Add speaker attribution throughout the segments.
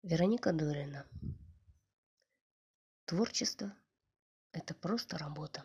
Speaker 1: Вероника Дорина. Творчество – это просто работа.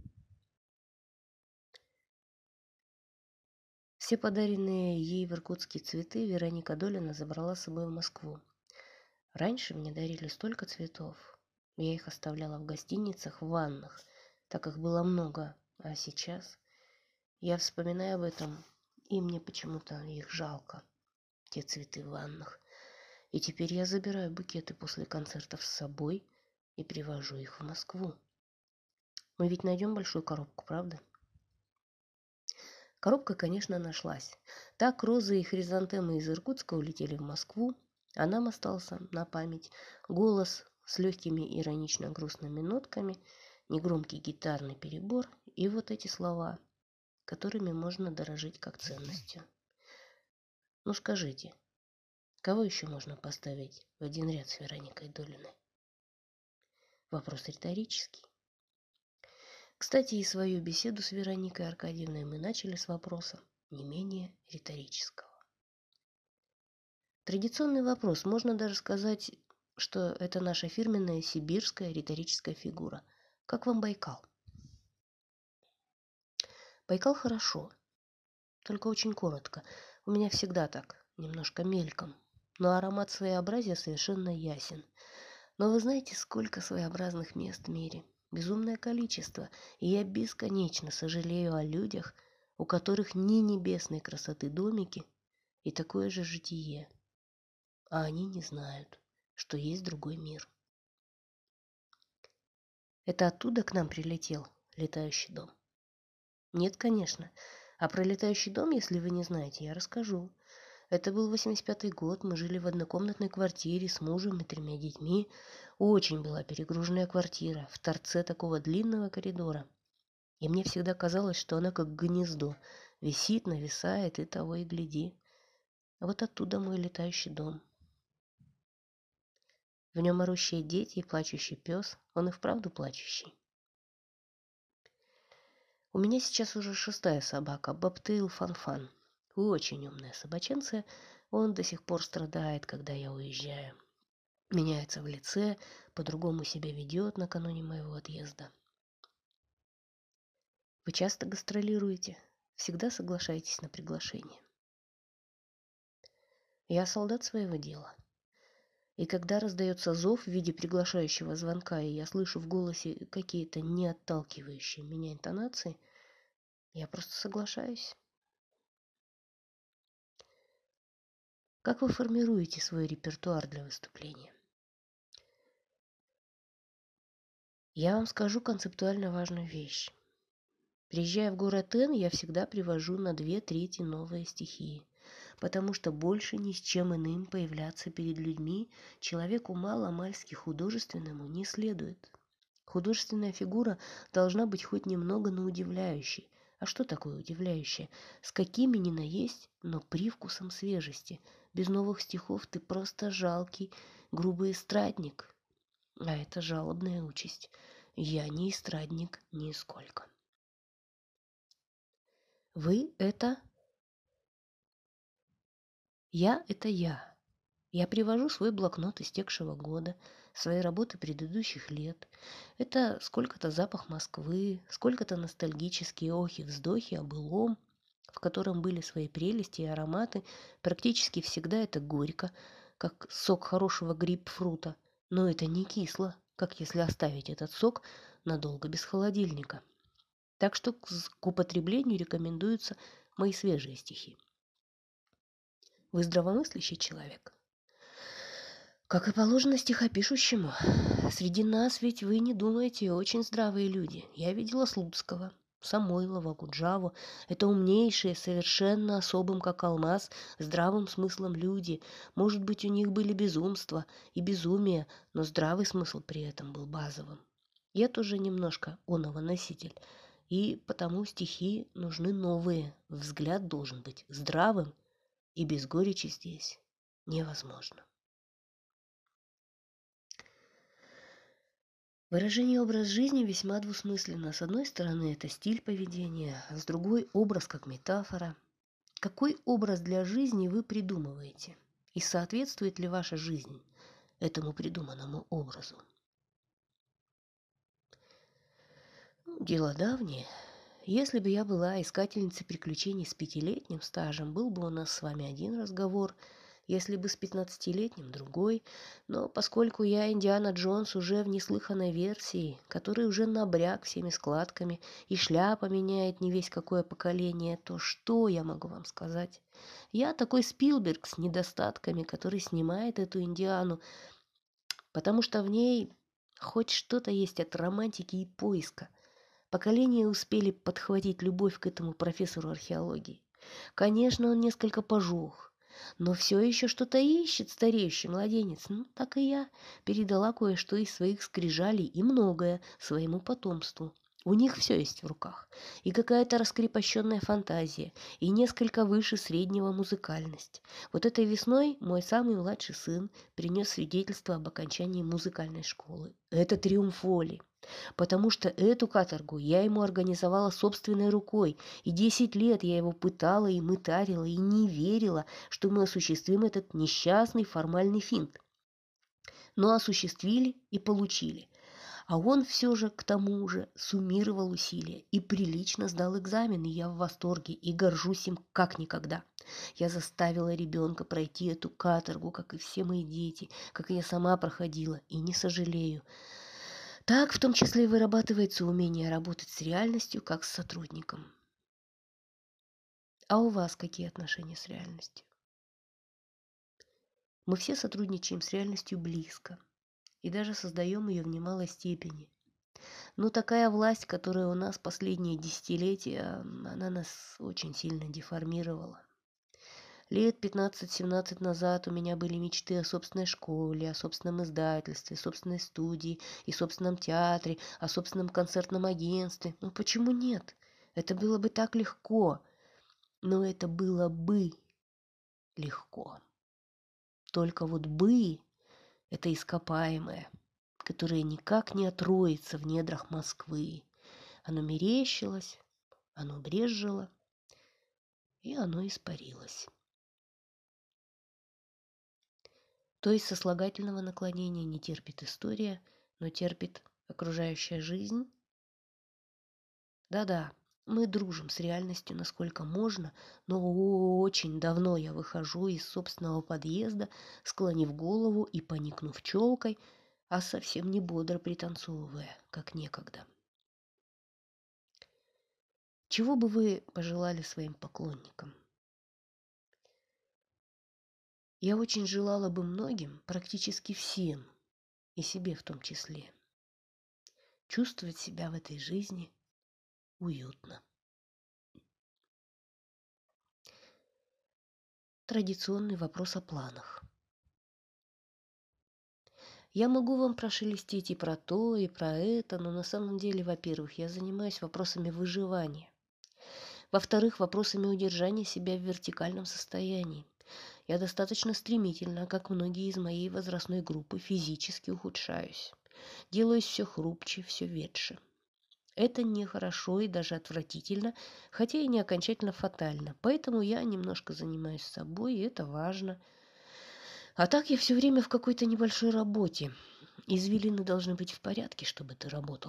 Speaker 1: Все подаренные ей в Иркутске цветы Вероника Долина забрала с собой в Москву. Раньше мне дарили столько цветов. Я их оставляла в гостиницах, в ваннах, так их было много. А сейчас я вспоминаю об этом, и мне почему-то их жалко, те цветы в ваннах. И теперь я забираю букеты после концертов с собой и привожу их в Москву. Мы ведь найдем большую коробку, правда? Коробка, конечно, нашлась. Так розы и хризантемы из Иркутска улетели в Москву, а нам остался на память голос с легкими иронично-грустными нотками, негромкий гитарный перебор и вот эти слова, которыми можно дорожить как ценностью. Ну скажите, кого еще можно поставить в один ряд с Вероникой Долиной? Вопрос риторический. Кстати, и свою беседу с Вероникой Аркадьевной мы начали с вопроса не менее риторического. Традиционный вопрос, можно даже сказать, что это наша фирменная сибирская риторическая фигура. Как вам Байкал? Байкал хорошо, только очень коротко. У меня всегда так, немножко мельком. Но аромат своеобразия совершенно ясен. Но вы знаете, сколько своеобразных мест в мире? Безумное количество. И я бесконечно сожалею о людях, у которых ни небесной красоты домики и такое же житие. А они не знают, что есть другой мир. Это оттуда к нам прилетел летающий дом? Нет, конечно. А про летающий дом, если вы не знаете, я расскажу. Это был 85-й год, мы жили в однокомнатной квартире с мужем и 3 детьми. Очень была перегруженная квартира в торце такого длинного коридора. И мне всегда казалось, что она как гнездо, висит, нависает и того и гляди. А вот оттуда мой летающий дом. В нем орущие дети и плачущий пес. Он и вправду плачущий. У меня сейчас уже 6-я собака, Бобтейл Фанфан. Очень умная собаченция. Он до сих пор страдает, когда я уезжаю. Меняется в лице, по-другому себя ведет накануне моего отъезда. Вы часто гастролируете? Всегда соглашаетесь на приглашение? Я солдат своего дела. И когда раздается зов в виде приглашающего звонка, и я слышу в голосе какие-то не отталкивающие меня интонации, я просто соглашаюсь. Как вы формируете свой репертуар для выступления? Я вам скажу концептуально важную вещь. Приезжая в город Н, я всегда привожу на 2/3 новые стихии, потому что больше ни с чем иным появляться перед людьми человеку мало-мальски художественному не следует. Художественная фигура должна быть хоть немного, но удивляющей. А что такое удивляющее? С какими ни на есть, но привкусом свежести. Без новых стихов ты просто жалкий, грубый эстрадник. А это жалобная участь. Я не эстрадник нисколько. Вы – это… Я – это я. Я привожу свой блокнот истекшего года, свои работы предыдущих лет. Это сколько-то запах Москвы, сколько-то ностальгические охи-вздохи о былом, в котором были свои прелести и ароматы. Практически всегда это горько, как сок хорошего грейпфрута, но это не кисло, как если оставить этот сок надолго без холодильника. Так что к употреблению рекомендуются мои свежие стихи. Вы здравомыслящий человек? Как и положено стихопишущему. Среди нас ведь вы не думаете, очень здравые люди. Я видела Слуцкого, Самойлова, Куджаву. Это умнейшие, совершенно особым, как алмаз, здравым смыслом люди. Может быть, у них были безумства и безумие, но здравый смысл при этом был базовым. Я тоже немножко оного носитель. И потому стихи нужны новые. Взгляд должен быть здравым, и без горечи здесь невозможно. Выражение «образ жизни» весьма двусмысленно. С одной стороны, это стиль поведения, а с другой – образ как метафора. Какой образ для жизни вы придумываете? И соответствует ли ваша жизнь этому придуманному образу. Дело давнее. Если бы я была искательницей приключений с 5-летним стажем, был бы у нас с вами один разговор, если бы с 15-летним другой. Но поскольку я Индиана Джонс уже в неслыханной версии, который уже набряк всеми складками и шляпа меняет не весь какое поколение, то что я могу вам сказать? Я такой Спилберг с недостатками, который снимает эту Индиану, потому что в ней хоть что-то есть от романтики и поиска. Поколения успели подхватить любовь к этому профессору археологии. Конечно, он несколько пожух, но все еще что-то ищет стареющий младенец. Ну, так и я передала кое-что из своих скрижалей и многое своему потомству. У них все есть в руках. И какая-то раскрепощенная фантазия, и несколько выше среднего музыкальность. Вот этой весной мой самый младший сын принес свидетельство об окончании музыкальной школы. Это триумф воли. Потому что эту каторгу я ему организовала собственной рукой, и 10 лет я его пытала и мытарила, и не верила, что мы осуществим этот несчастный формальный финт. Но осуществили и получили. А он все же, к тому же, суммировал усилия и прилично сдал экзамен, и я в восторге и горжусь им как никогда. Я заставила ребенка пройти эту каторгу, как и все мои дети, как и я сама проходила, и не сожалею. Так, в том числе, и вырабатывается умение работать с реальностью, как с сотрудником. А у вас какие отношения с реальностью? Мы все сотрудничаем с реальностью близко и даже создаем ее в немалой степени. Но такая власть, которая у нас последние десятилетия, она нас очень сильно деформировала. Лет 15-17 назад у меня были мечты о собственной школе, о собственном издательстве, собственной студии и собственном театре, о собственном концертном агентстве. Ну почему нет? Это было бы так легко. Но это было бы легко. Только вот бы – это ископаемое, которое никак не отроется в недрах Москвы. Оно мерещилось, оно брезжило, и оно испарилось. То есть сослагательного наклонения не терпит история, но терпит окружающая жизнь. Да-да, мы дружим с реальностью насколько можно, но очень давно я выхожу из собственного подъезда, склонив голову и поникнув челкой, а совсем не бодро пританцовывая, как некогда. Чего бы вы пожелали своим поклонникам? Я очень желала бы многим, практически всем, и себе в том числе, чувствовать себя в этой жизни уютно. Традиционный вопрос о планах. Я могу вам прошелестеть и про то, и про это, но на самом деле, во-первых, я занимаюсь вопросами выживания. Во-вторых, вопросами удержания себя в вертикальном состоянии. Я достаточно стремительно, как многие из моей возрастной группы, физически ухудшаюсь. Делаюсь все хрупче, все ветше. Это нехорошо и даже отвратительно, хотя и не окончательно фатально. Поэтому я немножко занимаюсь собой, и это важно. А так я все время в какой-то небольшой работе. Извилины должны быть в порядке, чтобы ты работал.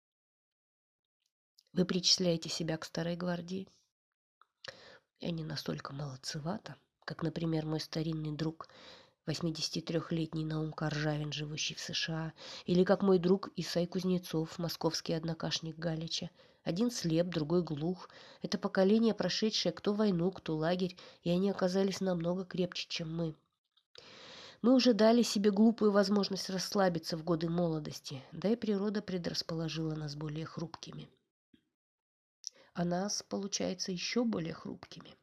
Speaker 1: Вы причисляете себя к старой гвардии? Я не настолько молодцевата, как, например, мой старинный друг, 83-летний Наум Коржавин, живущий в США, или как мой друг Исай Кузнецов, московский однокашник Галича. Один слеп, другой глух. Это поколение, прошедшее кто войну, кто лагерь, и они оказались намного крепче, чем мы. Мы уже дали себе глупую возможность расслабиться в годы молодости, да и природа предрасположила нас более хрупкими. А нас, получается, еще более хрупкими.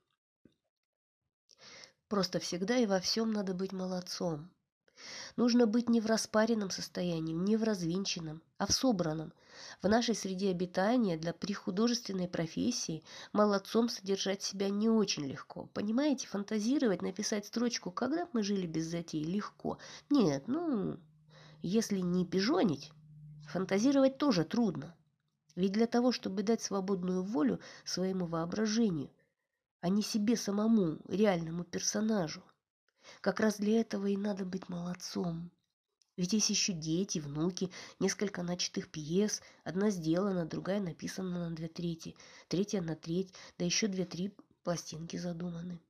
Speaker 1: Просто всегда и во всем надо быть молодцом. Нужно быть не в распаренном состоянии, не в развинченном, а в собранном. В нашей среде обитания для прихудожественной профессии молодцом содержать себя не очень легко. Понимаете, фантазировать, написать строчку «Когда б мы жили без затей» легко. Нет, если не пижонить, фантазировать тоже трудно. Ведь для того, чтобы дать свободную волю своему воображению, а не себе самому, реальному персонажу, как раз для этого и надо быть молодцом. Ведь есть еще дети, внуки, несколько начатых пьес. Одна сделана, другая написана на 2/3, третья на треть, да еще 2-3 пластинки задуманы.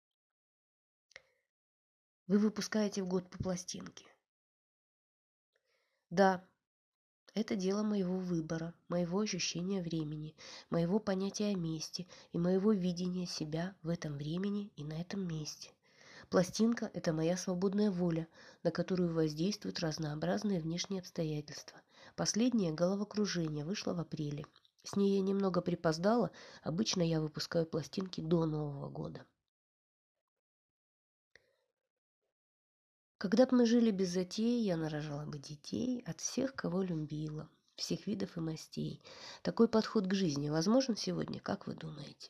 Speaker 1: Вы выпускаете в год по пластинке. Да, это дело моего выбора, моего ощущения времени, моего понятия о месте и моего видения себя в этом времени и на этом месте. Пластинка – это моя свободная воля, на которую воздействуют разнообразные внешние обстоятельства. Последнее головокружение вышло в апреле. С ней я немного припоздала, обычно я выпускаю пластинки до Нового года. Когда бы мы жили без затей, я нарожала бы детей от всех, кого любила, всех видов и мастей. Такой подход к жизни возможен сегодня, как вы думаете?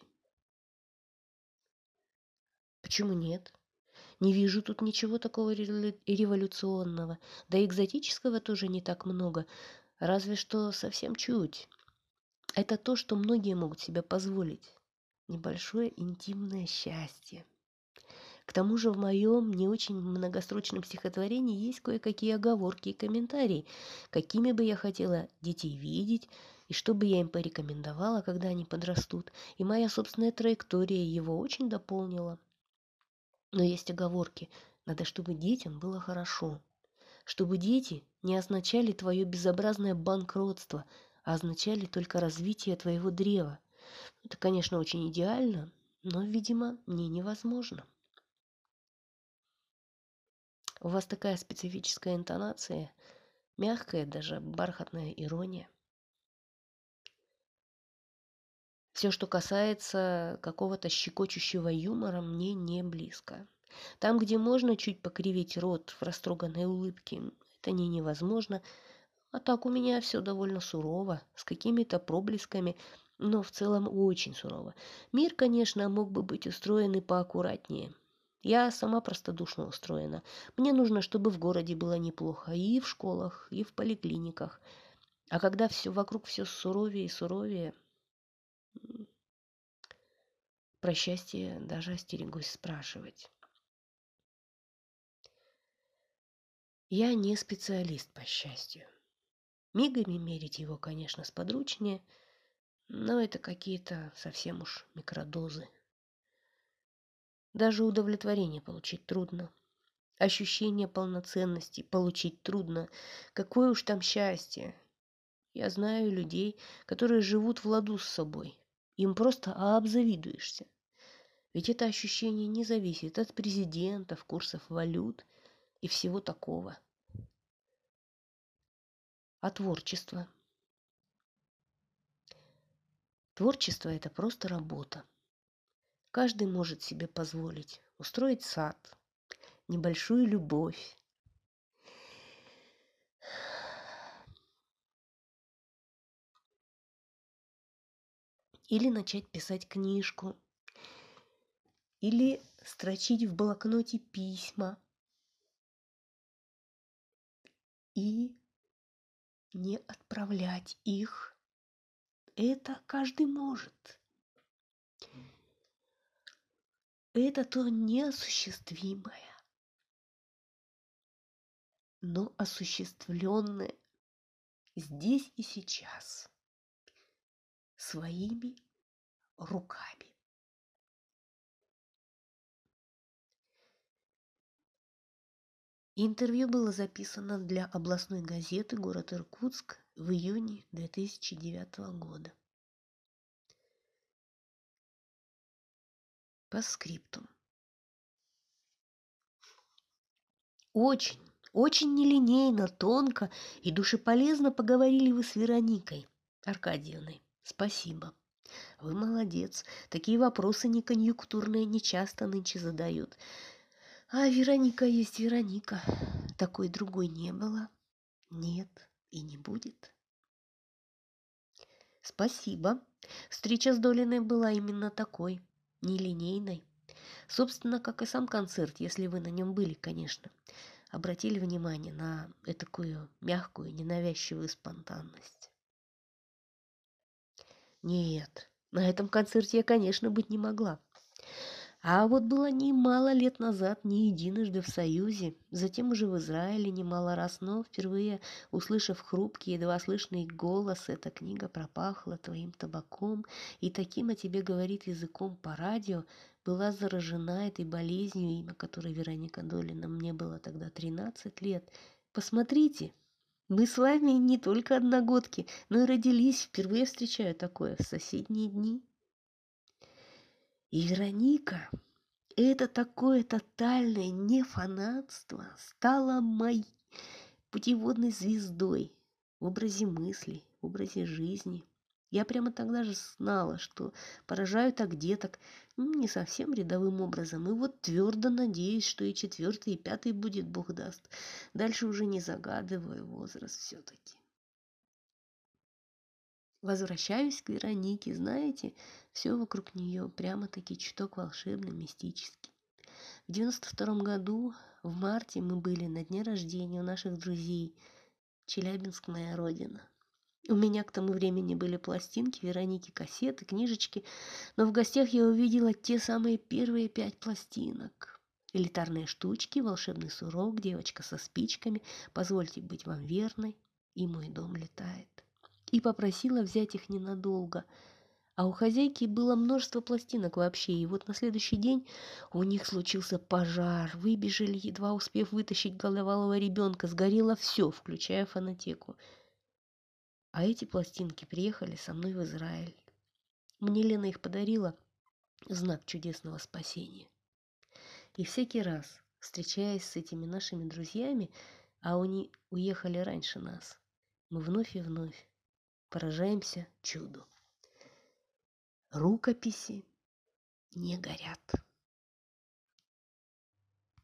Speaker 1: Почему нет? Не вижу тут ничего такого революционного. Да и экзотического тоже не так много. Разве что совсем чуть. Это то, что многие могут себе позволить. Небольшое интимное счастье. К тому же в моем не очень многострочном стихотворении есть кое-какие оговорки и комментарии, какими бы я хотела детей видеть, и что бы я им порекомендовала, когда они подрастут. И моя собственная траектория его очень дополнила. Но есть оговорки. Надо, чтобы детям было хорошо. Чтобы дети не означали твое безобразное банкротство, а означали только развитие твоего древа. Это, конечно, очень идеально, но, видимо, мне невозможно. У вас такая специфическая интонация, мягкая, даже бархатная ирония. Все, что касается какого-то щекочущего юмора, мне не близко. Там, где можно чуть покривить рот в растроганной улыбке, это не невозможно. А так у меня все довольно сурово, с какими-то проблесками, но в целом очень сурово. Мир, конечно, мог бы быть устроен и поаккуратнее. Я сама простодушно устроена. Мне нужно, чтобы в городе было неплохо и в школах, и в поликлиниках. А когда все вокруг все суровее и суровее, про счастье даже остерегусь спрашивать. Я не специалист по счастью. Мигами мерить его, конечно, сподручнее, но это какие-то совсем уж микродозы. Даже удовлетворение получить трудно. Ощущение полноценности получить трудно. Какое уж там счастье. Я знаю людей, которые живут в ладу с собой. Им просто обзавидуешься. Ведь это ощущение не зависит от президентов, курсов валют и всего такого. А творчество? Творчество – это просто работа. Каждый может себе позволить устроить сад, небольшую любовь. Или начать писать книжку. Или строчить в блокноте письма. И не отправлять их. Это каждый может. Это то неосуществимое, но осуществленное здесь и сейчас своими руками. Интервью было записано для областной газеты «Город Иркутск» в июне 2009 года. По скриптум. Очень, очень нелинейно, тонко и душеполезно поговорили вы с Вероникой Аркадьевной. Спасибо. Вы молодец. Такие вопросы не конъюнктурные не часто нынче задают. А Вероника есть Вероника. Такой другой не было. Нет и не будет. Спасибо. Встреча с Долиной была именно такой, нелинейной. Собственно, как и сам концерт, если вы на нем были, конечно. Обратили внимание на такую мягкую, ненавязчивую спонтанность. Нет, на этом концерте я, конечно, быть не могла. А вот было немало лет назад, не единожды в Союзе, затем уже в Израиле немало раз, но впервые, услышав хрупкий, едва слышный голос, эта книга пропахла твоим табаком и таким о тебе говорит языком по радио, была заражена этой болезнью, имя которой Вероника Долина, мне было тогда 13 лет. Посмотрите, мы с вами не только одногодки, но и родились, впервые встречаю такое в соседние дни. И Вероника, это такое тотальное нефанатство стало моей путеводной звездой в образе мыслей, в образе жизни. Я прямо тогда же знала, что поражаю так деток не совсем рядовым образом. И вот твердо надеюсь, что и четвертый, и пятый будет, Бог даст. Дальше уже не загадываю возраст все-таки. Возвращаюсь к Веронике, знаете, все вокруг нее прямо-таки чуток волшебно, мистически. В 92 году, в марте, мы были на дне рождения у наших друзей. Челябинск, моя родина. У меня к тому времени были пластинки, Вероники, кассеты, книжечки, но в гостях я увидела те самые первые 5 пластинок. Элитарные штучки, волшебный сурок, девочка со спичками, позвольте быть вам верной, и мой дом летает. И попросила взять их ненадолго. А у хозяйки было множество пластинок вообще, и вот на следующий день у них случился пожар. Выбежали, едва успев вытащить годовалого ребенка. Сгорело все, включая фонотеку. А эти пластинки приехали со мной в Израиль. Мне Лена их подарила в знак чудесного спасения. И всякий раз, встречаясь с этими нашими друзьями, а они уехали раньше нас, мы вновь и вновь поражаемся чуду. Рукописи не горят.